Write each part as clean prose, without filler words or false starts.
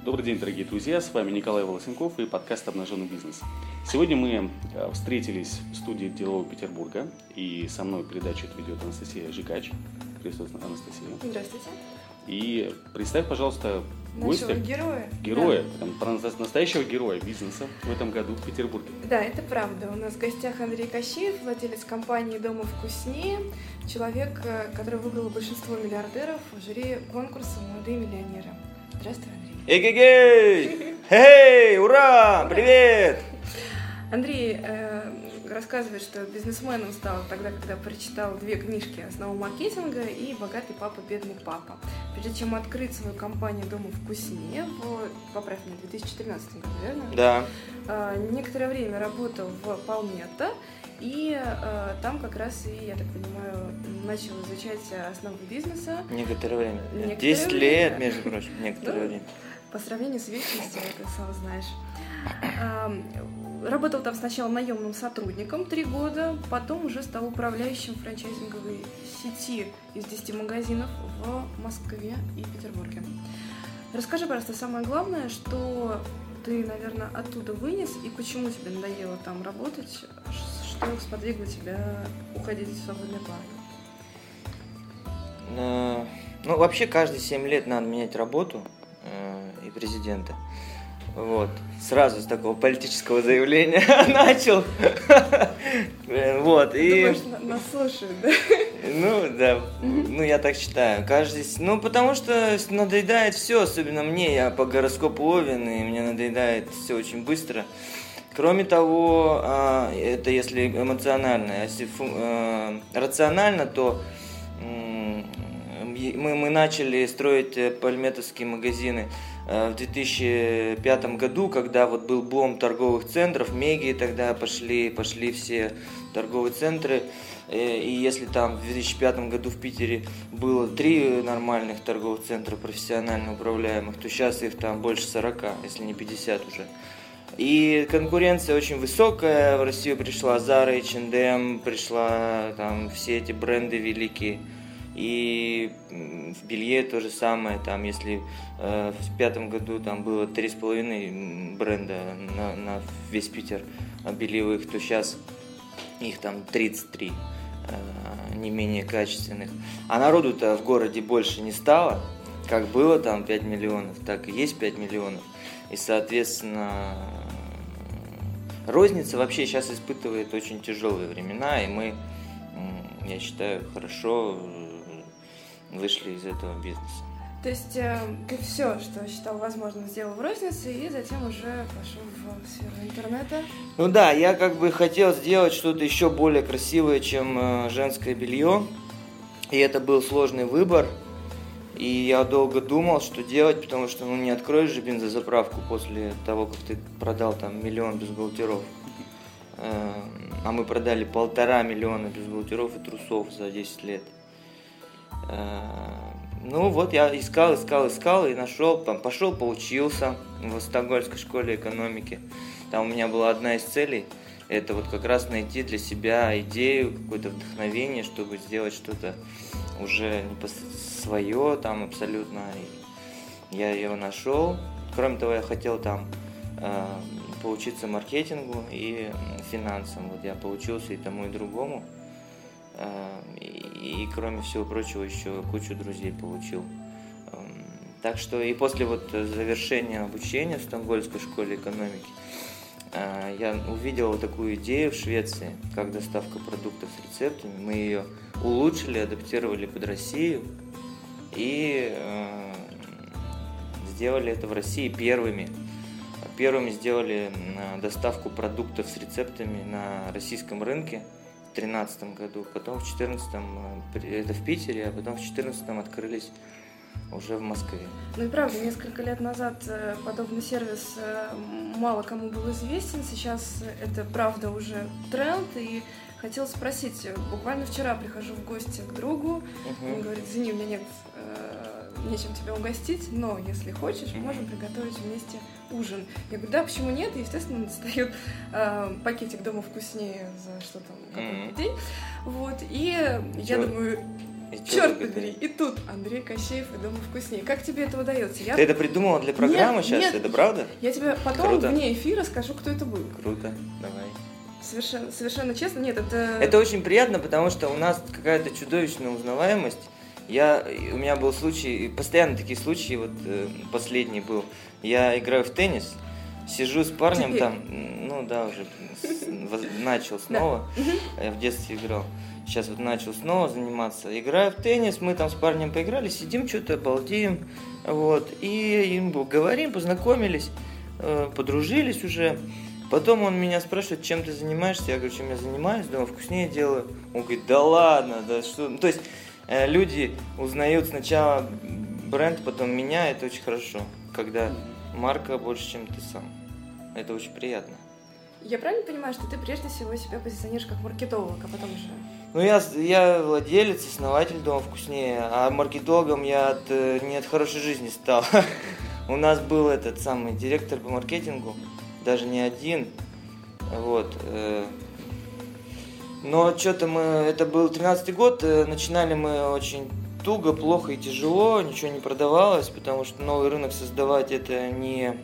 Добрый день, дорогие друзья, с вами Николай Волосенков и подкаст «Обнаженный бизнес». Сегодня мы встретились в студии Делового Петербурга, и со мной передачу ведет Анастасия Жикач. Приветствую, Анастасия. Здравствуйте. И представь, пожалуйста, гостя. Героя. Да. Настоящего героя бизнеса в этом году в Петербурге. Да, это правда. У нас в гостях Андрей Кощеев, владелец компании «Дома вкуснее», человек, который выбрал большинство миллиардеров в жюри конкурса «Молодые миллионеры». Здравствуй, Андрей. Эй-гей-гей! Эй, ура! Привет! Андрей рассказывает, что бизнесменом стал тогда, когда прочитал 2 книжки «Основы маркетинга» и «Богатый папа, бедный папа». Прежде чем открыть свою компанию «Дома вкуснее», поправь меня, в 2013 году, верно? Да. Некоторое время работал в Palmetto, и там как раз и, я так понимаю, начал изучать основы бизнеса. Некоторое время. 10 лет, между прочим, некоторое время. По сравнению с вечностью, ты сам знаешь. Работал там сначала наемным сотрудником 3 года, потом уже стал управляющим франчайзинговой сети из 10 магазинов в Москве и Петербурге. Расскажи, пожалуйста, самое главное, что ты, наверное, оттуда вынес и почему тебе надоело там работать, что сподвигло тебя уходить в свободное плавание? Ну, вообще, каждые 7 лет надо менять работу и президента. Вот. Сразу с такого политического заявления начал. Вот. Думаешь, нас слушают, да? Ну, да. Ну, я так считаю. Ну, потому что надоедает все, особенно мне. Я по гороскопу Овен, и мне надоедает все очень быстро. Кроме того, это если эмоционально. Если рационально, то мы начали строить пальметовские магазины в 2005 году, когда вот был бум торговых центров, Меги тогда пошли все торговые центры. И если там в 2005 году в Питере было 3 нормальных торговых центра профессионально управляемых, то сейчас их там больше 40, если не 50 уже. И конкуренция очень высокая, в Россию пришла Zara, H&M, пришла там все эти бренды великие. И в белье то же самое, там, если в 2005 году там было 3,5 бренда на весь Питер бельевых, то сейчас их там 33, не менее качественных. А народу-то в городе больше не стало, как было там 5 миллионов, так и есть 5 миллионов. И, соответственно, розница вообще сейчас испытывает очень тяжелые времена, и мы, я считаю, хорошо вышли из этого бизнеса. То есть ты все, что считал возможным, сделал в рознице, и затем уже пошел в сферу интернета? Ну да, я как бы хотел сделать что-то еще более красивое, чем женское белье, и это был сложный выбор, и я долго думал, что делать, потому что не откроешь же бензозаправку после того, как ты продал там 1 миллион бюстгальтеров. А мы продали 1,5 миллиона бюстгальтеров и трусов за 10 лет. Ну вот я искал и нашел, пошел поучился в Стокгольмской школе экономики. Там у меня была одна из целей, это вот как раз найти для себя идею, какое-то вдохновение, чтобы сделать что-то уже не свое там абсолютно. И я его нашел. Кроме того, я хотел там поучиться маркетингу и финансам. Вот я поучился и тому, и другому. И кроме всего прочего еще кучу друзей получил. Так что и после вот завершения обучения в Стокгольмской школе экономики я увидел такую идею в Швеции, как доставка продуктов с рецептами. Мы ее улучшили, адаптировали под Россию и сделали это в России первыми. Первыми сделали доставку продуктов с рецептами на российском рынке в 2013 году, потом в 2014 это в Питере, а потом в 2014 открылись уже в Москве. Ну и правда, несколько лет назад подобный сервис мало кому был известен, сейчас это правда уже тренд, и хотела спросить, буквально вчера прихожу в гости к другу, он говорит: извини, у меня нет нечем тебя угостить, но если хочешь, можем приготовить вместе ужин. Я говорю: да, почему нет? И, естественно, он достает пакетик «Дома вкуснее» за что там, какой-то день. Вот, и я думаю... Черт побери, и тут Андрей Кощеев и «Дома вкуснее». Как тебе это удается? Ты это придумала для программы сейчас? Нет, это правда? Я тебе потом Круто. вне эфира скажу, кто это был. Круто, давай. Совершенно честно, нет, это... Это очень приятно, потому что у нас какая-то чудовищная узнаваемость. У меня был случай, постоянно такие случаи, вот последний был. Я играю в теннис, сижу с парнем Теперь. там, уже начал снова. Я в детстве играл. Сейчас вот начал снова заниматься. Играю в теннис, мы там с парнем поиграли, сидим, что-то балдеем. Вот, и говорим, познакомились, подружились уже. Потом он меня спрашивает, чем ты занимаешься? Я говорю, чем я занимаюсь, «Дома вкуснее» делаю. Он говорит, да ладно, да что. То есть люди узнают сначала бренд, потом меня, это очень хорошо. Когда марка больше, чем ты сам. Это очень приятно. Я правильно понимаю, что ты прежде всего себя позиционируешь как маркетолог, а потом уже... Я владелец, основатель «Дома вкуснее», а маркетологом я не от хорошей жизни стал. У нас был этот самый директор по маркетингу, даже не один. Вот. Но что-то это был 13-й год, начинали мы очень туго, плохо и тяжело, ничего не продавалось, потому что новый рынок создавать это не,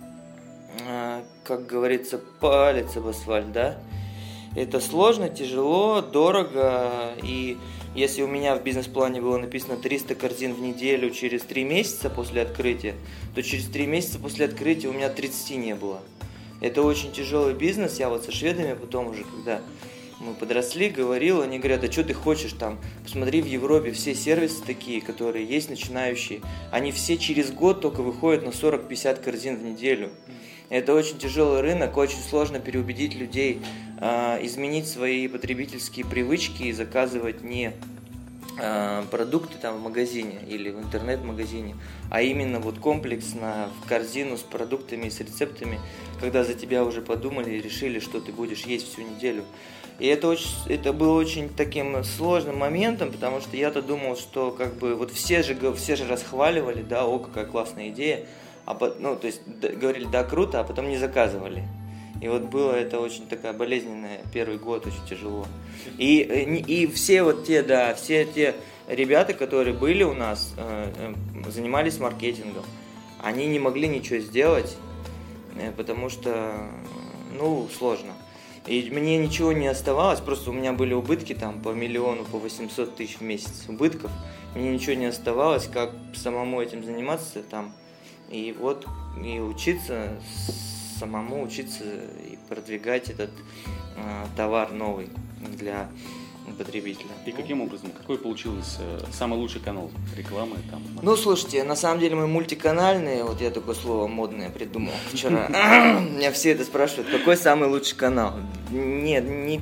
как говорится, палец об асфальт, да? Это сложно, тяжело, дорого, и если у меня в бизнес-плане было написано 300 корзин в неделю через 3 месяца после открытия, то через 3 месяца после открытия у меня 30 не было. Это очень тяжелый бизнес, я вот со шведами потом уже, когда мы подросли, говорил, они говорят, а что ты хочешь там, посмотри в Европе, все сервисы такие, которые есть начинающие, они все через год только выходят на 40-50 корзин в неделю. Это очень тяжелый рынок, очень сложно переубедить людей изменить свои потребительские привычки и заказывать не продукты там в магазине или в интернет-магазине, а именно вот комплексно в корзину с продуктами и с рецептами, когда за тебя уже подумали и решили, что ты будешь есть всю неделю. И это было очень таким сложным моментом, потому что я-то думал, что как бы вот все же расхваливали, да, о, какая классная идея, то есть говорили, да, круто, а потом не заказывали. И вот было это очень такая болезненная, первый год очень тяжело. И все те ребята, которые были у нас, занимались маркетингом, они не могли ничего сделать, потому что, сложно. И мне ничего не оставалось, просто у меня были убытки там по 1 миллиону, по 800 тысяч в месяц убытков. Мне ничего не оставалось, как самому этим заниматься там. И вот, и самому учиться и продвигать этот товар новый для потребителя. И каким образом? Какой получился самый лучший канал рекламы? Слушайте, на самом деле мы мультиканальные, вот я такое слово модное придумал вчера. Меня все это спрашивают, какой самый лучший канал? Нет,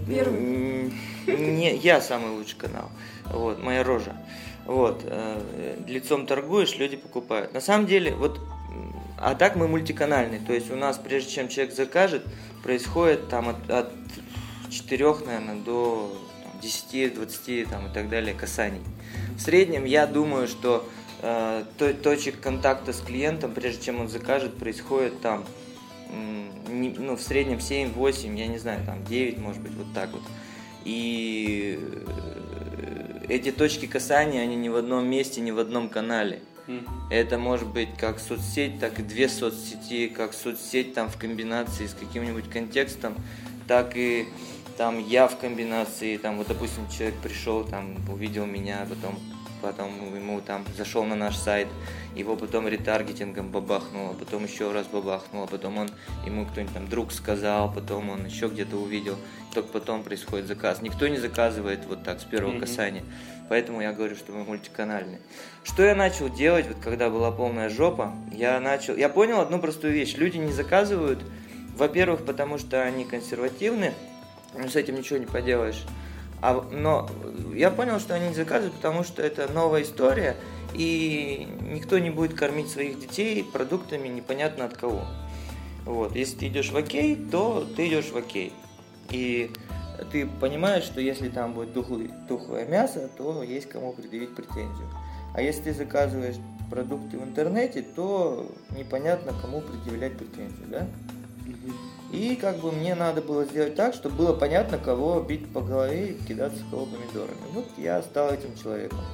не я самый лучший канал. Вот, моя рожа. Вот, лицом торгуешь, люди покупают. На самом деле, а так мы мультиканальные, то есть у нас, прежде чем человек закажет, происходит там от 4, наверное, до 10, 20 там, и так далее касаний. В среднем, я думаю, что точек контакта с клиентом, прежде чем он закажет, происходит там, в среднем 7, 8, я не знаю, там 9, может быть, вот так вот. И эти точки касания, они не в одном месте, не в одном канале. Это может быть как соцсеть, так и 2 соцсети, как соцсеть там в комбинации с каким-нибудь контекстом, так и там я в комбинации, там вот, допустим, человек пришел, там увидел меня, потом ему там зашел на наш сайт, его потом ретаргетингом бабахнуло, потом еще раз бабахнуло, потом ему кто-нибудь там друг сказал, потом он еще где-то увидел, только потом происходит заказ. Никто не заказывает вот так с первого касания, поэтому я говорю, что мы мультиканальные. Что я начал делать, вот когда была полная жопа, я понял одну простую вещь: люди не заказывают, во-первых, потому что они консервативны, с этим ничего не поделаешь. Но я понял, что они не заказывают, потому что это новая история, и никто не будет кормить своих детей продуктами непонятно от кого. Вот. Если ты идешь в окей, то ты идешь в окей. И ты понимаешь, что если там будет тухлое мясо, то есть кому предъявить претензию. А если ты заказываешь продукты в интернете, то непонятно, кому предъявлять претензию, да? И как бы мне надо было сделать так, чтобы было понятно, кого бить по голове и кидаться в кого помидорами. Вот я стал этим человеком.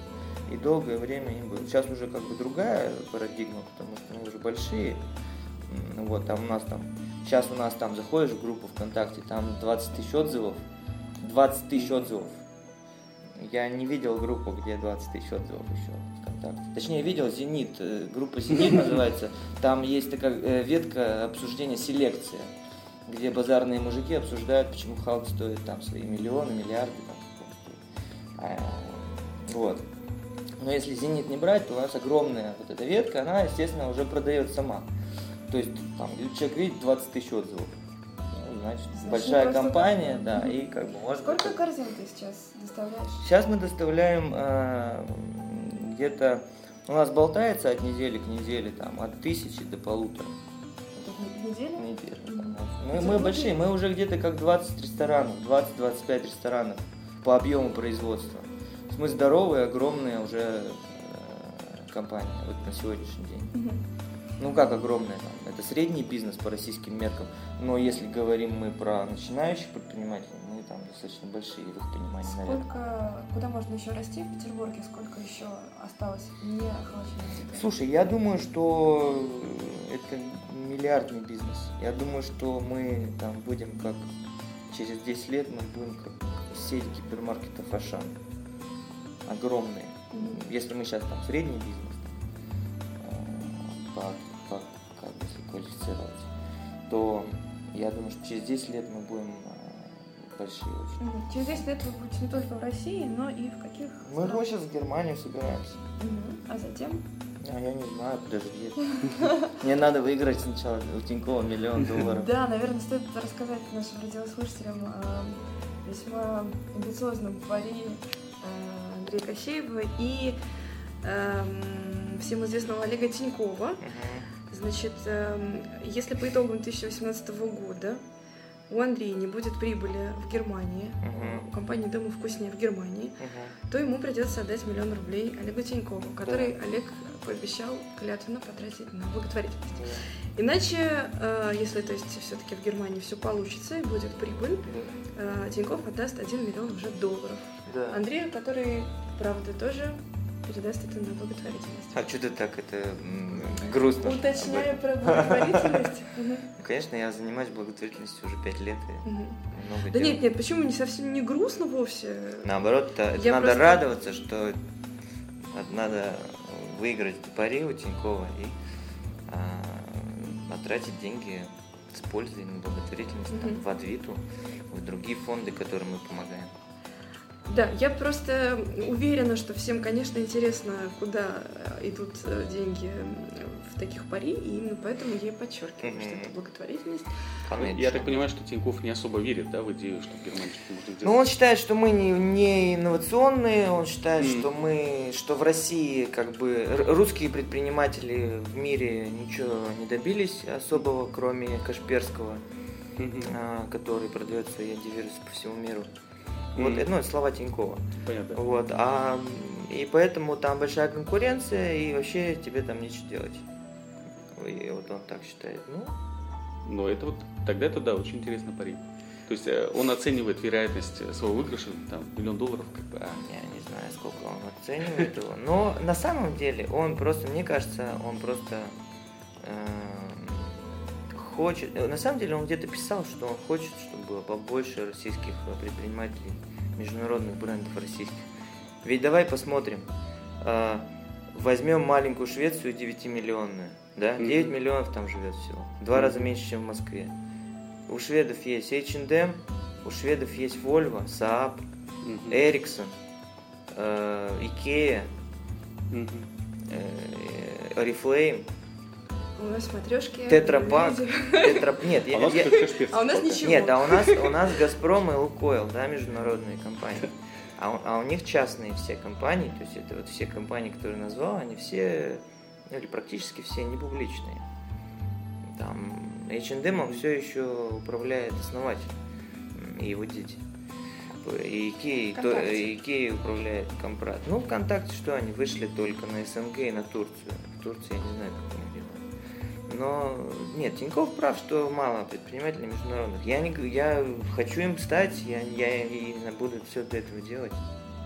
и долгое время им было. Сейчас уже как бы другая парадигма, потому что мы уже большие. Вот, там у нас там, сейчас у нас там заходишь в группу ВКонтакте, там 20 тысяч отзывов. 20 тысяч отзывов. Я не видел группу, где 20 тысяч отзывов еще ВКонтакте. Точнее, видел «Зенит», группа «Зенит» называется. Там есть такая ветка обсуждения «Селекция», где базарные мужики обсуждают, почему Халк стоит там свои миллионы, миллиарды. Там, вот. Но если «Зенит» не брать, то у нас огромная вот эта ветка, она, естественно, уже продает сама. То есть там человек видит 20 тысяч отзывов. Значит, большая компания, да, и как бы может... Сколько корзин ты сейчас доставляешь? Сейчас мы доставляем где-то... У нас болтается от недели к неделе, там, от 1000 до 1500. Неделя? Неделя. Мы большие, мы уже где-то как 20 ресторанов, 20-25 ресторанов по объему производства. Мы здоровые, огромные уже компания вот на сегодняшний день. Ну как огромная, там, это средний бизнес по российским меркам, но если говорим мы про начинающих предпринимателей, мы там достаточно большие в их понимании, наверное. Куда можно еще расти в Петербурге, сколько еще осталось не охваченного? Слушай, я думаю, что это миллиардный бизнес. Я думаю, что мы там будем как через 10 лет мы будем как сеть гипермаркетов Ашан. Огромные. Если мы сейчас там средний бизнес, если квалифицировать, то я думаю, что через 10 лет мы будем большие очень. Через 10 лет вы будете не только в России, но и в каких Мы сейчас в Германию собираемся. А затем? Я не знаю, подожди. Мне надо выиграть сначала у Тинькова $1 миллион. Да, наверное, стоит рассказать нашим радиослушателям о весьма амбициозном пари Андрея Кощеева и всем известного Олега Тинькова. Значит, если по итогам 2018 года у Андрея не будет прибыли в Германии, у компании «Дома вкуснее» в Германии, то ему придется отдать $1 миллион Олегу Тинькову, который Олег пообещал клятвенно потратить на благотворительность. Иначе, если, то есть, все-таки в Германии все получится и будет прибыль, Тиньков отдаст $1 миллион уже долларов. Андрею, который, правда, тоже передаст это на благотворительность. А что ты так это грустно? Уточняю про благотворительность. Конечно, я занимаюсь благотворительностью уже 5 лет. Да нет, почему не совсем не грустно вовсе? Наоборот, это надо радоваться, что надо выиграть пари у Тинькова и потратить деньги с пользой на благотворительность, там, в Адвиту, в другие фонды, которым мы помогаем. Да, я просто уверена, что всем, конечно, интересно, куда идут деньги в таких пари, и именно поэтому я подчеркиваю, что это благотворительность. Конечно. Я так понимаю, что Тиньков не особо верит, да, в идею, что в Германии что-то можно сделать? Ну, он считает, что мы не инновационные, он считает, что в России как бы русские предприниматели в мире ничего не добились особого, кроме Кашперского, который продает свои антивирусы по всему миру. Вот, это слова Тинькова. Понятно. Вот, и поэтому там большая конкуренция, и вообще тебе там нечего делать. И вот он так считает. Но это вот, тогда это, да, очень интересно пари. То есть он оценивает вероятность своего выигрыша, там, $1 миллион, как бы. Я не знаю, сколько он оценивает его. Но на самом деле он просто, мне кажется, он просто хочет. На самом деле он где-то писал, что он хочет, чтобы было побольше российских предпринимателей, международных брендов российских. Ведь давай посмотрим. Возьмем маленькую Швецию 9-миллионную. Да? 9 миллионов там живет всего. В 2 раза меньше, чем в Москве. У шведов есть H&M, у шведов есть Volvo, Saab, Ericsson, Ikea, Oriflame. У нас смотрешки. Тетрапак. Нет, а у нас ничего. Нет, у нас Газпром и Лукойл, да, международные компании. А у них частные все компании, то есть это вот все компании, которые назвал, они все, или практически все не публичные. Там H&M все еще управляет основатель и его дети. И Ikea управляет Компрат. Ну, ВКонтакте, что они вышли только на СНГ и на Турцию. В Турции я не знаю, как они делают. Но нет, Тиньков прав, что мало предпринимателей международных. Я хочу им стать, я буду все для этого делать.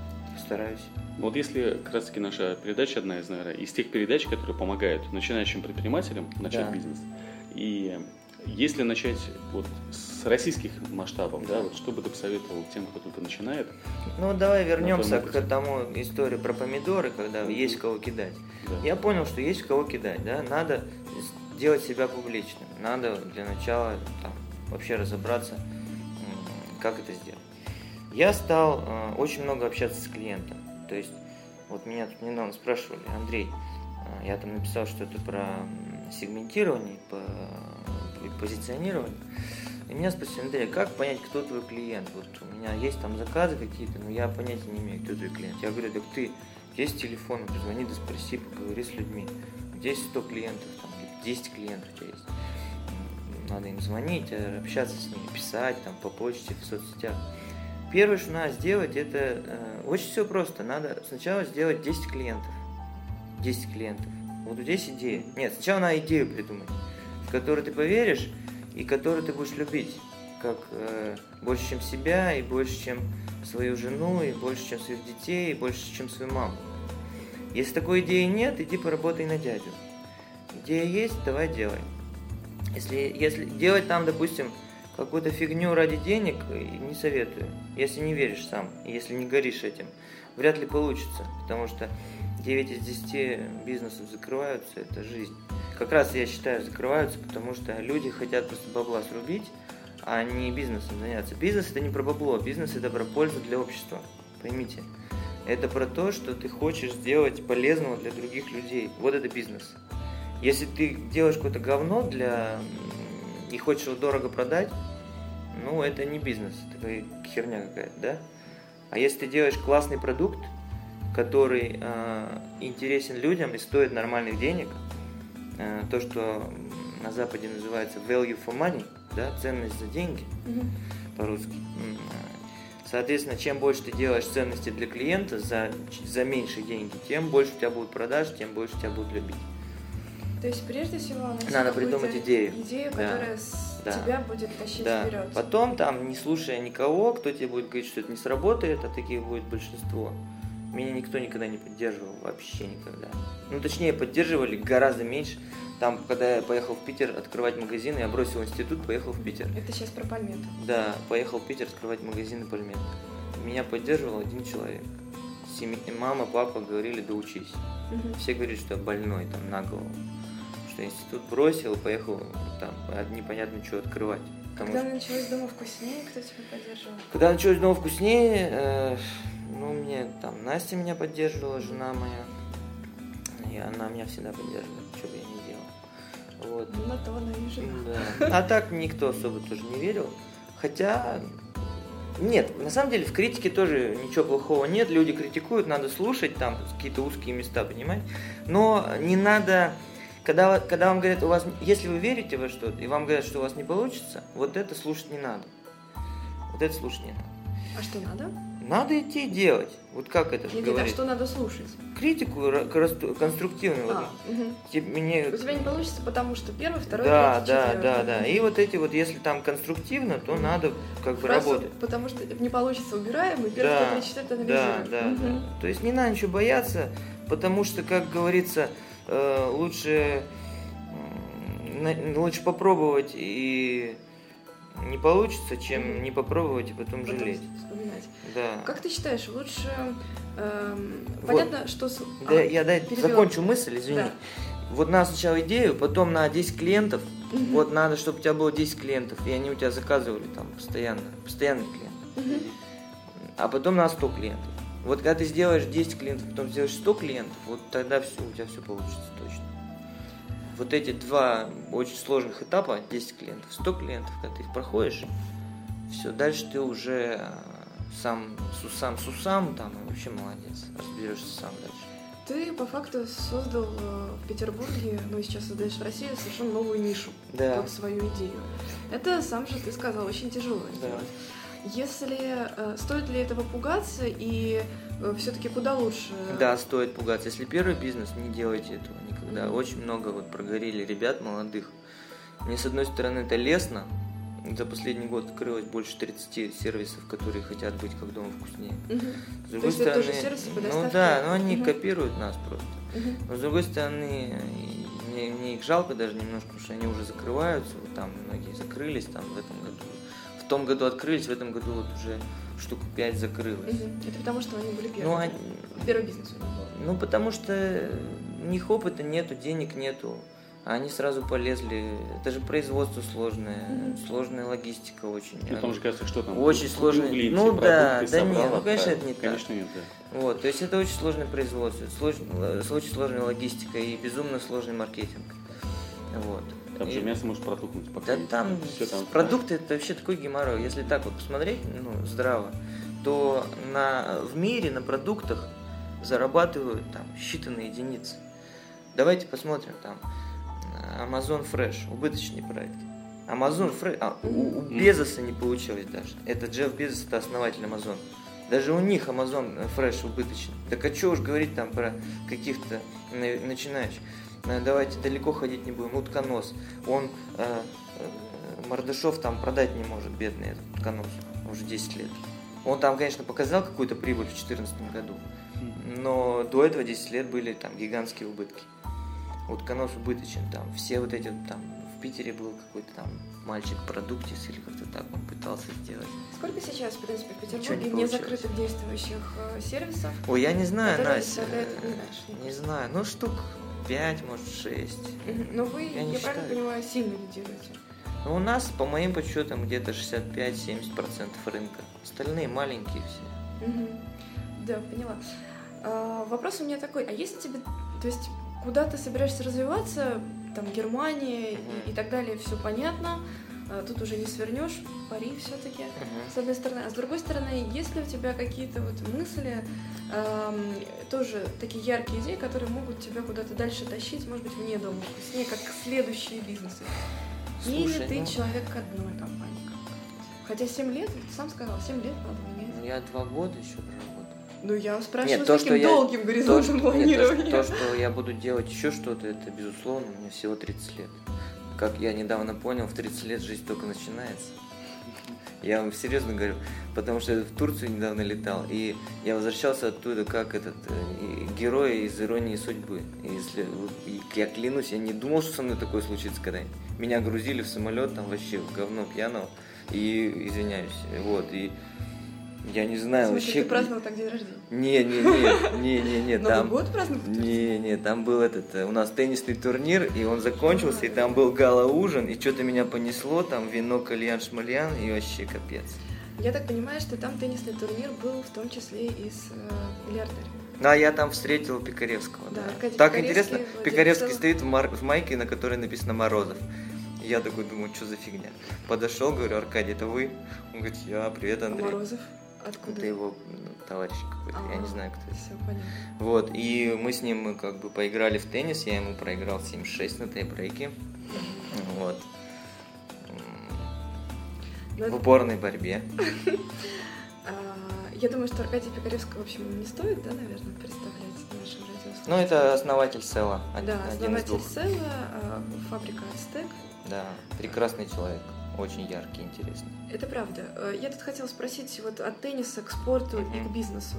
стараюсь. Вот если как раз таки наша передача одна из, наверное, из тех передач, которые помогают начинающим предпринимателям начать бизнес. И если начать вот с российских масштабов, да, вот что бы ты посоветовал тем, кто только начинает? Ну, давай вернемся к тому истории про помидоры, когда есть в кого кидать. Да. Я понял, что есть в кого кидать, да, надо делать себя публичным, надо для начала там, вообще разобраться, как это сделать. Я стал очень много общаться с клиентом, то есть вот меня тут недавно спрашивали: Андрей, я там написал что-то про сегментирование, позиционирование, и меня спросили: Андрей, как понять, кто твой клиент? Вот у меня есть там заказы какие-то, но я понятия не имею, кто твой клиент. Я говорю: так ты, есть телефон, позвони, да спроси, поговори с людьми. Здесь 100 клиентов, там 10 клиентов у тебя есть. Надо им звонить, общаться с ними, писать там по почте, в соцсетях. Первое, что надо сделать, это очень все просто. Надо сначала сделать 10 клиентов. 10 клиентов. Вот здесь идея. Нет, сначала надо идею придумать, в которую ты поверишь и которую ты будешь любить. Как больше, чем себя, и больше, чем свою жену, и больше, чем своих детей, и больше, чем свою маму. Если такой идеи нет, иди поработай на дядю. Идея есть, давай делай. Если делать там, допустим, какую-то фигню ради денег, не советую. Если не веришь сам, если не горишь этим, вряд ли получится. Потому что 9 из 10 бизнесов закрываются, это жизнь. Как раз, я считаю, закрываются, потому что люди хотят просто бабла срубить, а не бизнесом заняться. Бизнес – это не про бабло, бизнес – это про пользу для общества. Поймите. Это про то, что ты хочешь сделать полезного для других людей. Вот это бизнес. Если ты делаешь какое-то говно и хочешь его дорого продать, ну, это не бизнес, это херня какая-то, да? А если ты делаешь классный продукт, который интересен людям и стоит нормальных денег, то, что на Западе называется value for money, да, ценность за деньги, по-русски. Соответственно, чем больше ты делаешь ценности для клиента за меньшие деньги, тем больше у тебя будут продаж, тем больше тебя будут любить. То есть, прежде всего, надо придумать идею, которая тебя будет тащить вперед. Потом, там, не слушая никого, кто тебе будет говорить, что это не сработает, а таких будет большинство. Меня никто никогда не поддерживал, вообще никогда. Ну, точнее, поддерживали гораздо меньше. Там, когда я поехал в Питер открывать магазин, я бросил институт, поехал в Питер. Это сейчас про Пальмет. Да, поехал в Питер открывать магазины Пальмет. Меня поддерживал один человек. Мама, папа говорили: да учись. Все говорили, что я больной, там, на голову. Что институт бросил и поехал там непонятно что открывать. Когда началось «Дома вкуснее», кто тебя поддерживал? Когда началось «Дома вкуснее», мне там Настя меня поддерживала, жена моя. И она меня всегда поддерживала, что бы я ни делал. Вот. Ну, на то она и жена. Да. А так никто особо тоже не верил. Хотя, нет, на самом деле в критике тоже ничего плохого нет. Люди критикуют, надо слушать, там какие-то узкие места, понимаете? Но не надо... Когда вам говорят, если вы верите во что-то, и вам говорят, что у вас не получится, вот это слушать не надо. Вот это слушать не надо. А что надо? Надо идти делать. Вот как это говорить? А что надо слушать? Критику конструктивную. У тебя не получится, потому что первый, второй, третий, четвертый. Да. И вот эти вот, если там конструктивно, то надо как бы работать. Потому что не получится, убираем, и первый, второй, третий, четвертый анализируем. Да. То есть не надо ничего бояться, потому что, как говорится, лучше попробовать и не получится, чем не попробовать и потом жалеть. Вспоминать. Да. Как ты считаешь, лучше... понятно, что... Я закончу мысль, извини. Да. Вот надо сначала идею, потом на 10 клиентов. Вот надо, чтобы у тебя было 10 клиентов, и они у тебя заказывали там постоянные клиенты. А потом на 100 клиентов. Вот когда ты сделаешь 10 клиентов, потом сделаешь 100 клиентов, вот тогда у тебя все получится точно. Вот эти два очень сложных этапа, 10 клиентов, 100 клиентов, когда ты их проходишь, все, дальше ты уже сам сусам, там, и вообще молодец, разберешься сам дальше. Ты по факту создал в Петербурге, и сейчас создаешь в России совершенно новую нишу под свою идею. Это, сам же ты сказал, очень тяжело сделать. Стоит ли этого пугаться и все-таки куда лучше? Да, стоит пугаться. Если первый бизнес, не делайте этого никогда. Очень много прогорели ребят молодых. Мне, с одной стороны, это лестно, за последний год открылось больше 30 сервисов, которые хотят быть как дома вкуснее. С другой есть это тоже сервисы по доставке? Ну да, но они копируют нас просто. Но с другой стороны, мне их жалко даже немножко, потому что они уже закрываются, вот там многие закрылись там в этом году. В том году открылись, в этом году вот уже штук 5 закрылось. Это потому, что они были первые? Ну, первый бизнес у них был? Ну, потому что у них опыта нету, денег нету. А они сразу полезли. Это же производство сложное, сложная логистика очень. Ну, там же кажется, что там? Очень сложно. Ну да, нет, ну конечно это не конечно, так. Нет, да. Вот, то есть это очень сложное производство, очень сложная логистика и безумно сложный маркетинг. Вот. Там же мясо может протухнуть. Да там, продукты это вообще такой геморрой. Если так вот посмотреть, здраво, то в мире на продуктах зарабатывают там считанные единицы. Давайте посмотрим там. Amazon Fresh, убыточный проект. Amazon Fresh, у Безоса не получилось даже. Это Джефф Безос, это основатель Amazon. Даже у них Amazon Fresh убыточный. Так а что уж говорить там про каких-то начинающих. Давайте далеко ходить не будем. Утконос. Он Мордашов там продать не может, бедный этот утконос. Уже 10 лет. Он там, конечно, показал какую-то прибыль в 2014 году. Но до этого 10 лет были там гигантские убытки. Утконос убыточен там. Все вот эти там в Питере был какой-то там мальчик Продуктис или как-то так он пытался сделать. Сколько сейчас, в принципе, в Петербурге не закрытых действующих сервисов? Ой, я не знаю, Настя. Не знаю. Ну, штук 5, может, 6. Но вы, я правильно понимаю, сильно лидируете? Ну, у нас, по моим подсчетам, где-то 65-70% рынка. Остальные маленькие все. Да, поняла. Вопрос у меня такой, а если тебе, то есть, куда ты собираешься развиваться, там, Германия и так далее, все понятно, тут уже не свернешь, пари все-таки, с одной стороны. А с другой стороны, есть ли у тебя какие-то вот мысли, тоже такие яркие идеи, которые могут тебя куда-то дальше тащить, может быть, вне дома, вкуснее, как следующие бизнесы? Или ты человек одной компании? Хотя 7 лет, ты сам сказал, 7 лет надо менять. Ну, я 2 года еще проработал. Ну, я спрашиваю с таким долгим горизонтом планирования. То, что я буду делать еще что-то, это, безусловно, мне всего 30 лет. Как я недавно понял, в 30 лет жизнь только начинается. Я вам серьезно говорю, потому что я в Турцию недавно летал, и я возвращался оттуда как герой из «Иронии судьбы». И я клянусь, я не думал, что со мной такое случится когда-нибудь. Меня грузили в самолет, там вообще в говно пьяного, и извиняюсь, вот, и я не знаю, в смысле, вообще... ты праздновал так день рождения? Не. Новый год праздновал? Не, там был у нас теннисный турнир, и он закончился, и там был гала-ужин, и что-то меня понесло, там вино, кальян-шмальян, и вообще капец. Я так понимаю, что там теннисный турнир был в том числе и с миллиардерами. А я там встретил Пикаревского. Да. Так интересно, Пикаревский стоит в майке, на которой написано «Морозов». Я такой думаю, что за фигня. Подошел, говорю, Аркадий, это вы? Он говорит, я, привет, Андрей. Морозов? Откуда? Это его товарищ какой-то, я не знаю, кто это. Все, понятно. Вот, и мы с ним как бы поиграли в теннис, я ему проиграл 7-6 на тайбрейке. Вот. В упорной борьбе. Я думаю, что Аркадия Пикаревского, в общем, не стоит, да, наверное, представлять нашим радиослушателям. Ну, это основатель Села. Да, основатель Села, фабрика Ацтек. Да, прекрасный человек. Очень яркий, интересный. Это правда. Я тут хотела спросить вот от тенниса к спорту и к бизнесу.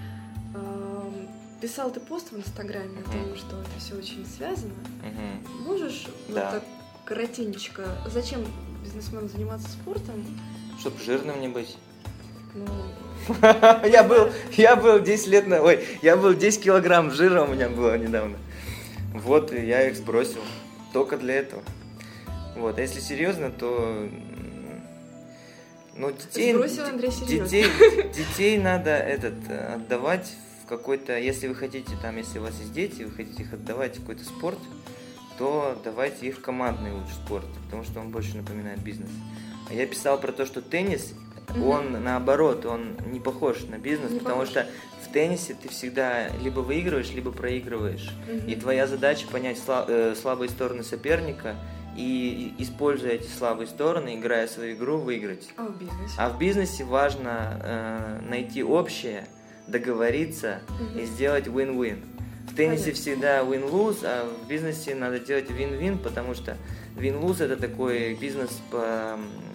Писал ты пост в Инстаграме о том, что это все очень связано. Можешь вот так коротенько, зачем бизнесмену заниматься спортом? Чтобы жирным не быть. Ну... Я был 10 лет я был 10 килограмм жира у меня было недавно. Вот, и я их сбросил. Только для этого. Вот, а если серьезно, то детей надо отдавать в какой-то, если вы хотите, там, если у вас есть дети, вы хотите их отдавать в какой-то спорт, то давайте их в командный лучше спорт, потому что он больше напоминает бизнес. А я писал про то, что теннис, он наоборот, он не похож на бизнес, потому что в теннисе ты всегда либо выигрываешь, либо проигрываешь. И твоя задача понять слабые стороны соперника и, используя эти слабые стороны, играя свою игру, выиграть. А в бизнесе важно найти общее, договориться и сделать win-win. В теннисе всегда win-lose, а в бизнесе надо делать win-win, потому что win-lose это такой бизнес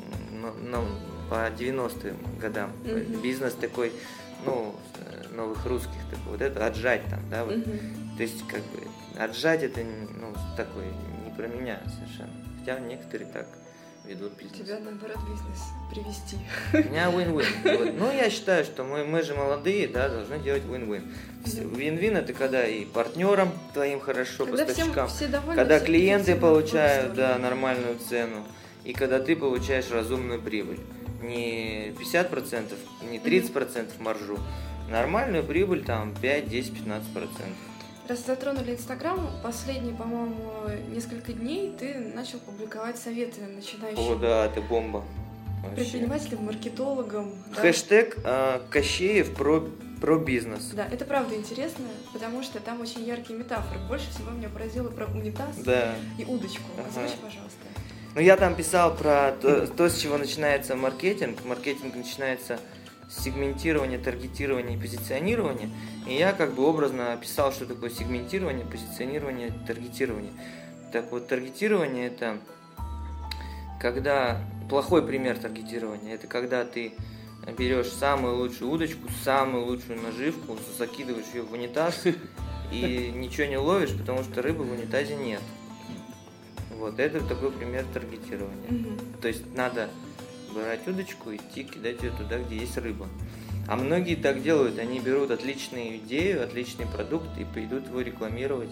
по 90-м годам. Бизнес такой, ну, новых русских, такой, вот это отжать там, да, вот. То есть, как бы, отжать это, ну, такой, не про меня совершенно. Хотя некоторые так ведут бизнес. Тебя, наоборот, бизнес привести. У меня win-win. Вот. Ну, я считаю, что мы же молодые, да, должны делать win-win. Win-win это когда и партнерам твоим хорошо, когда поставщикам, все довольны, когда все клиенты получают, да, нормальную цену, и когда ты получаешь разумную прибыль. Не 50%, не 30% маржу, нормальную прибыль там 5, 10, 15%. Раз затронули Инстаграм, последние, по-моему, несколько дней ты начал публиковать советы начинающим О, да, это бомба. Вообще. Предпринимателям, маркетологам. Да? Хэштег Кощеев про бизнес. Да, это правда интересно, потому что там очень яркие метафоры. Больше всего меня поразило про унитаз и удочку. Озвучь, пожалуйста. Ну, я там писал про то, с чего начинается маркетинг. Маркетинг начинается с сегментирования, таргетирования и позиционирования. И я как бы образно описал, что такое сегментирование, позиционирование, таргетирование. Так вот, таргетирование – это когда… Плохой пример таргетирования – это когда ты берешь самую лучшую удочку, самую лучшую наживку, закидываешь ее в унитаз и ничего не ловишь, потому что рыбы в унитазе нет. Вот, это такой пример таргетирования. То есть надо брать удочку, идти, кидать ее туда, где есть рыба. А многие так делают, они берут отличную идею, отличный продукт и пойдут его рекламировать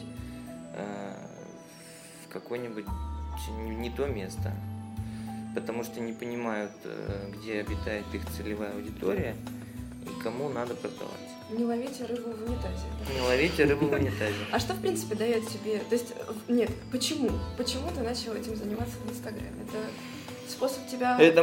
в какое-нибудь не то место. Потому что не понимают, где обитает их целевая аудитория и кому надо продавать. Не ловите рыбу в унитазе. Да? Не ловите рыбу в унитазе. А что, в принципе, дает тебе... То есть, нет, почему? Почему ты начал этим заниматься в Инстаграме? Это способ тебя... Это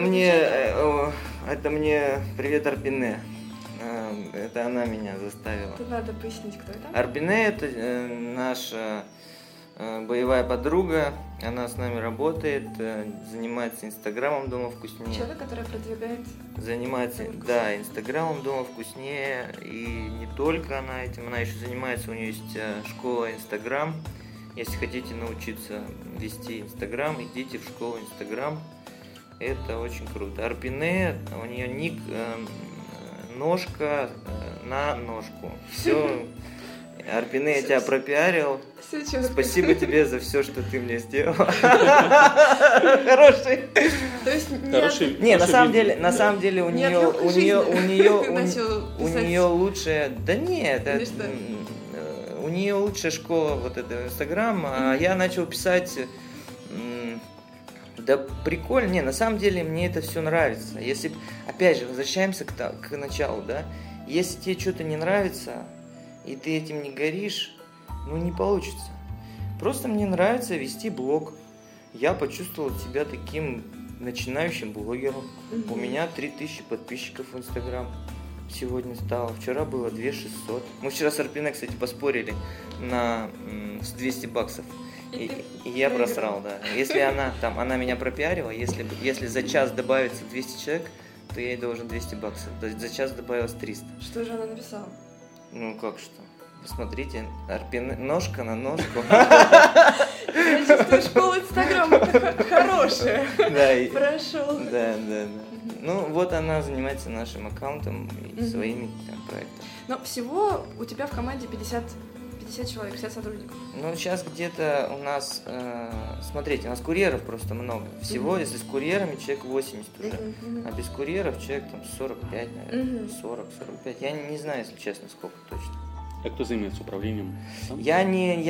мне привет, Арбине. Это она меня заставила. Тут надо пояснить, кто это. Арбине – это наша боевая подруга. Она с нами работает, занимается Инстаграмом «Дома вкуснее». Человек, который продвигает... Занимается, да, Инстаграмом «Дома вкуснее». И не только она этим, она еще занимается, у нее есть школа Инстаграм. Если хотите научиться вести Инстаграм, идите в школу Инстаграм. Это очень круто. Арбине, у нее ник ножка на ножку. Все. Арбине, я тебя пропиарил. Спасибо тебе за все, что ты мне сделал. Хороший. То есть не, на самом деле у нее лучшая. Да нет, у нее лучшая школа вот этого Инстаграма. А я начал писать. Да прикольно, не, на самом деле мне это все нравится. Если, опять же, возвращаемся к началу, да. Если тебе что-то не нравится, и ты этим не горишь, ну не получится. Просто мне нравится вести блог. Я почувствовал себя таким начинающим блогером. У меня 3000 подписчиков в Инстаграм сегодня стало. Вчера было 2600. Мы вчера с Арбиной, кстати, поспорили с 200 баксов. И я просрал, да. Если она меня пропиарила, если за час добавится 200 человек, то я ей должен 200 баксов. За час добавилось 300. Что же она написала? Ну, как что? Посмотрите, ножка на ножку. Я чувствую, школа Инстаграма хорошая. Да. Прошел. Да. Ну, вот она занимается нашим аккаунтом и своими проектами. Но всего у тебя в команде 50 человек, 50 сотрудников. Ну, сейчас где-то у нас, смотрите, у нас курьеров просто много. Всего, если с курьерами, человек 80 уже. А без курьеров человек там 45, наверное, 40-45. Я не знаю, если честно, сколько точно. А кто занимается управлением? Я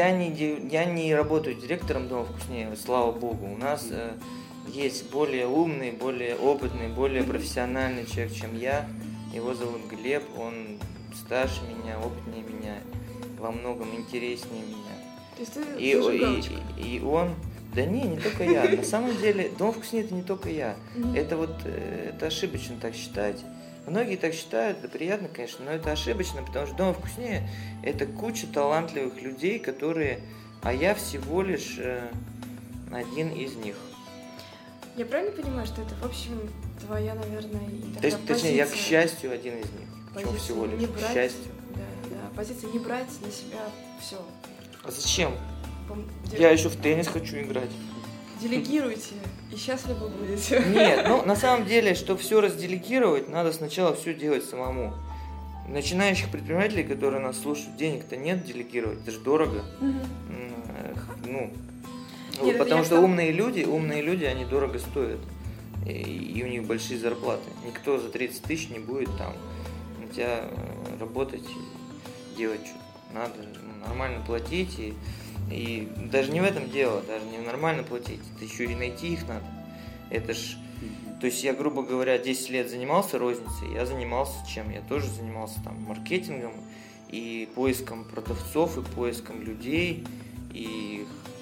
не работаю директором Дома вкуснее, слава богу. У нас есть более умный, более опытный, более профессиональный человек, чем я. Его зовут Глеб, он старше меня, опытнее меня, во многом интереснее меня. То есть ты и он... Да не только я. На самом деле, Дом вкуснее это не только я. Это ошибочно так считать. Многие так считают, это приятно, конечно, но это ошибочно, потому что Дом вкуснее это куча талантливых людей, которые... А я всего лишь один из них. Я правильно понимаю, что это, в общем, твоя, наверное, позиция? Точнее, я, к счастью, один из них. Почему всего лишь? К счастью. Да, позиция не брать на себя все. А зачем? Я еще в теннис хочу играть. Делегируйте, и счастливы будете. Нет, ну на самом деле, чтобы все разделегировать, надо сначала все делать самому. Начинающих предпринимателей, которые нас слушают, денег-то нет делегировать, это же дорого. Нет, Потому что умные люди, они дорого стоят. И у них большие зарплаты. Никто за 30 тысяч не будет там на тебя работать и делать что-то. Надо нормально платить. И даже не в этом дело, даже не нормально платить. Это еще и найти их надо. Это ж... То есть я, грубо говоря, 10 лет занимался розницей. Я занимался чем? Я тоже занимался там маркетингом и поиском продавцов, и поиском людей. И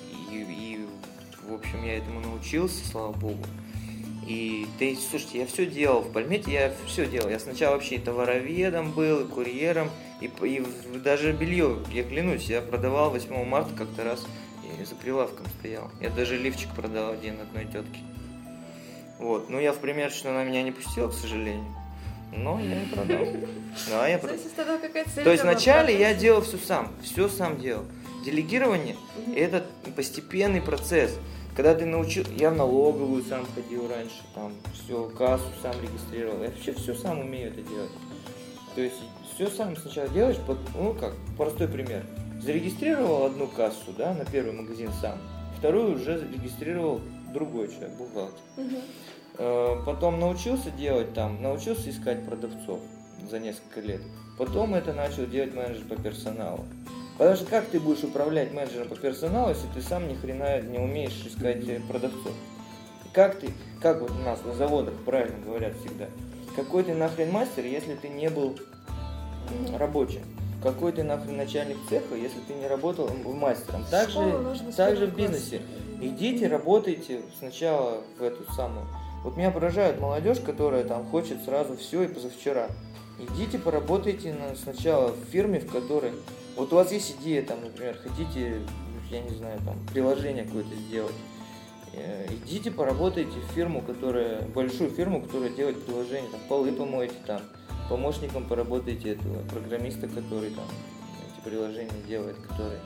в общем, я этому научился, слава богу. И слушайте, я все делал в Пальмете, я все делал. Я сначала вообще и товароведом был, и курьером, и даже белье, я клянусь, я продавал 8 марта как-то раз, и за прилавком стоял. Я даже лифчик продал один одной тетке. Вот, ну я в примерочную, она меня не пустила, к сожалению. Но я и продал. Да, я продал. То есть вначале я делал все сам делал. Делегирование – это постепенный процесс. Когда ты научил, я в налоговую сам ходил раньше, там все, кассу сам регистрировал, я вообще все сам умею это делать. То есть все сам сначала делаешь, простой пример. Зарегистрировал одну кассу, да, на первый магазин сам, вторую уже зарегистрировал другой человек, бухгалтер. Потом научился искать продавцов за несколько лет. Потом это начал делать менеджер по персоналу. Потому что как ты будешь управлять менеджером по персоналу, если ты сам ни хрена не умеешь искать продавцов? Как вот у нас на заводах правильно говорят всегда, какой ты нахрен мастер, если ты не был рабочим? Какой ты нахрен начальник цеха, если ты не работал мастером? Также в бизнесе. Идите, работайте сначала в эту самую. Вот меня поражает молодежь, которая там хочет сразу все и позавчера. Идите, поработайте сначала в фирме, в которой... Вот у вас есть идея, там, например, хотите, я не знаю, там, приложение какое-то сделать. Идите, поработайте в большую фирму, которая делает приложение, там, полы помойте, там, помощником поработайте этого программиста, который там эти приложения делает, который,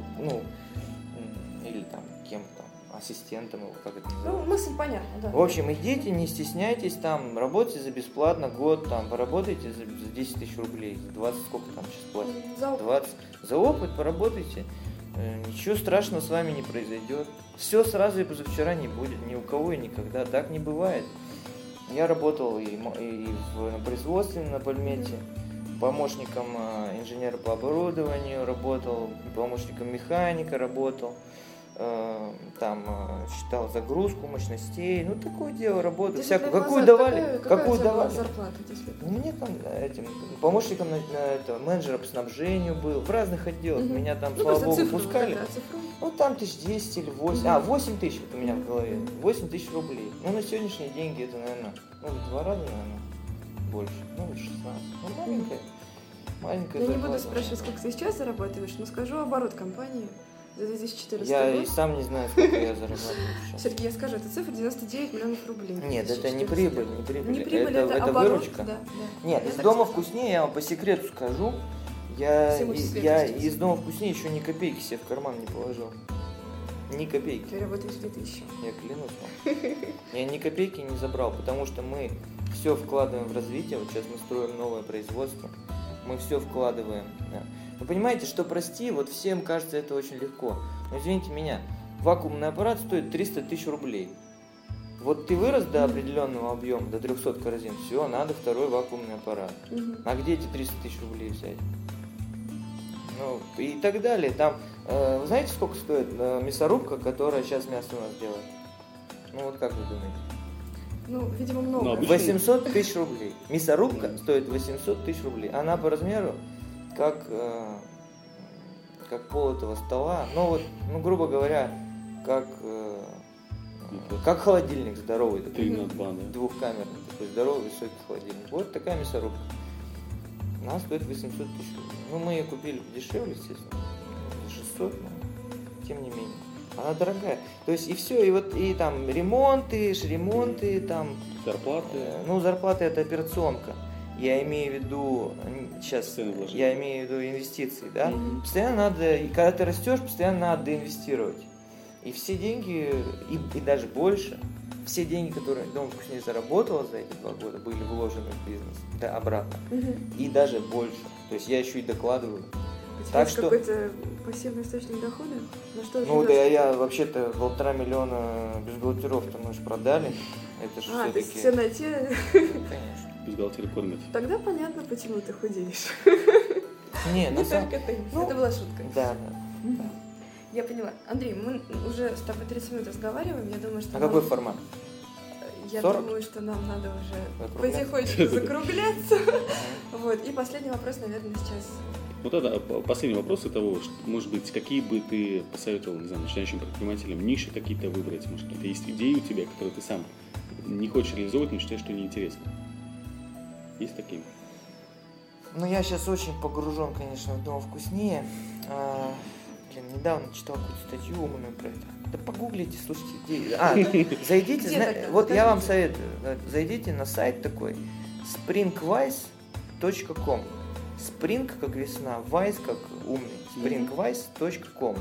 или там кем-то, ассистентом, как это называется. Мысль понятна, да. В общем, идите, не стесняйтесь, там, работайте за бесплатно год, там, поработайте за 10 тысяч рублей, за 20, сколько там сейчас платят? За опыт. 20. За опыт поработайте, ничего страшного с вами не произойдет. Все сразу и позавчера не будет, ни у кого и никогда, так не бывает. Я работал и на производстве на Пальмете, помощником инженера по оборудованию работал, помощником механика работал. Там считал загрузку мощностей, такое дело, работу всякую. Какую давали? Какая зарплата? Мне там помощником менеджера по снабжению был, в разных отделах. Меня там, слава богу, пускали. Там 10 или 8. 8 тысяч у меня в голове. 8 тысяч рублей. На сегодняшние деньги это, наверное, в 2 раза, наверное, больше. 16. Маленькая Я зарплата. не буду спрашивать, сколько ты сейчас зарабатываешь, но скажу оборот компании. За 2014 я год. И сам не знаю, сколько я зарабатываю сейчас. Все-таки я скажу, это цифра 99 миллионов рублей. Нет, это не прибыль, Не прибыль, это оборот, выручка. Да. Нет, из дома вкуснее, я вам по секрету скажу, я из дома вкуснее еще ни копейки себе в карман не положил. Ни копейки. Ты работаешь 2000. Я клянусь вам. Я ни копейки не забрал, потому что мы все вкладываем в развитие. Вот сейчас мы строим новое производство. Мы все вкладываем. Да. Вы понимаете, что вот всем кажется это очень легко. Но извините меня, вакуумный аппарат стоит 300 тысяч рублей. Вот ты вырос до определенного объема, до 300 корзин, все, надо второй вакуумный аппарат. А где эти 300 тысяч рублей взять? И так далее. Там, вы знаете, сколько стоит мясорубка, которая сейчас мясо у нас делает? Как вы думаете? Видимо, много. 800 тысяч рублей. Мясорубка стоит 800 тысяч рублей. Она по размеру как пол этого стола. Грубо говоря, как холодильник здоровый. Такой, двухкамерный, такой здоровый высокий холодильник. Вот такая мясорубка. Она стоит 800 тысяч рублей. Мы ее купили подешевле, естественно. 600, но тем не менее. Она дорогая. То есть и все, и там ремонты, там... Зарплаты. Зарплаты это операционка. Я имею в виду инвестиции, да? Постоянно надо, когда ты растешь, постоянно надо инвестировать. И все деньги, и даже больше, все деньги, которые Дом вкуснее заработал за эти 2 года, были вложены в бизнес, да, обратно. И даже больше. То есть я еще и докладываю. У тебя Так есть что- какой-то пассивный источник дохода? На что Ну живёшь? да, я вообще-то 1,5 миллиона бюстгальтеров-то мы же продали. Это же То есть все-таки... все на те... Конечно. Бюстгальтеры кормят. Тогда понятно, почему ты худеешь. Не, Не на самом... только ты. Ну, Это была шутка. Да. Я поняла. Андрей, мы уже с тобой 30 минут разговариваем. Я думаю, что А нам- какой формат? Я 40? думаю, что нам надо уже Закругляться? потихонечку закругляться. Вот. И последний вопрос, наверное, сейчас. Вот это последний вопрос того, что, может быть, какие бы ты посоветовал, не знаю, начинающим предпринимателям, ниши какие-то выбрать, может, какие-то есть идеи у тебя, которые ты сам не хочешь реализовывать, но считаешь, что неинтересно? Есть такие? Ну, я сейчас очень погружен, конечно, в Дом вкуснее. Недавно читал какую-то статью умную про это. Да погуглите, слушайте. Зайдите, Где тогда? вот я вам Покажите. советую, зайдите на сайт такой springwise.com. Spring как весна, wise как умный. springwise.com.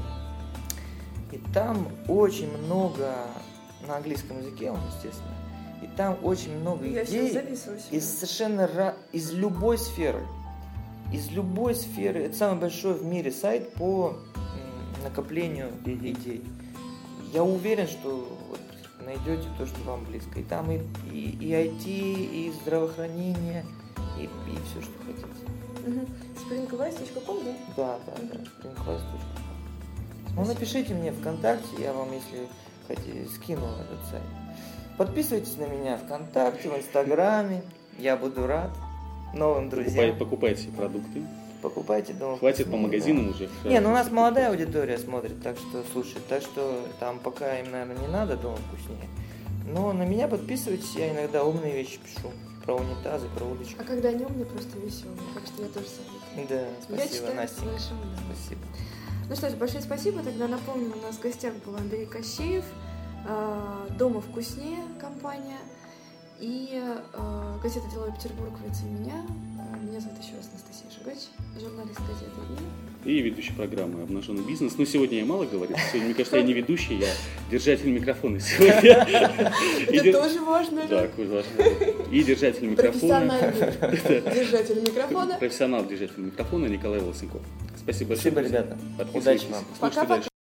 И там очень много, на английском языке он, естественно, и там очень много Я сейчас идей записываю себе. из любой сферы. Из любой сферы. Это самый большой в мире сайт по накоплению идей. Я уверен, что вот найдете то, что вам близко. И там и IT, и здравоохранение, и все, что хотите. springwise.com, да? Да, springwise.com. Ну, напишите мне ВКонтакте, я вам, если хотите, скину этот сайт. Подписывайтесь на меня ВКонтакте, в Инстаграме. Я буду рад новым друзьям. Покупайте продукты. Покупайте Дом Хватит по вкуснее, магазинам да. уже. Не, ну у нас молодая аудитория смотрит, так что слушает. Так что там пока им, наверное, не надо Дом вкуснее. Но на меня подписывайтесь, я иногда умные вещи пишу. Про унитазы, про удочки. А когда не умный, просто веселый. Так что я тоже советую. Да, Я спасибо, читаю с Настя. большим удовольствием. Спасибо. Ну что ж, большое спасибо. Тогда напомню, у нас в гостях был Андрей Кощеев, Дома вкуснее компания и газета «Деловой Петербург» в лице меня. Меня зовут еще раз Анастасия Жигач, журналист газеты И ведущий программы «Обнаженный бизнес». Ну, сегодня я мало говорю. Сегодня, мне кажется, я не ведущий, я держатель микрофона сегодня. Это тоже важно. Так, важно. И держатель микрофона. Профессиональный держатель микрофона. Профессионал держатель микрофона Николай Волосенков. Спасибо большое. Спасибо, ребята. Подписывайтесь. Удачи вам. Слушайте Пока-пока. дальше.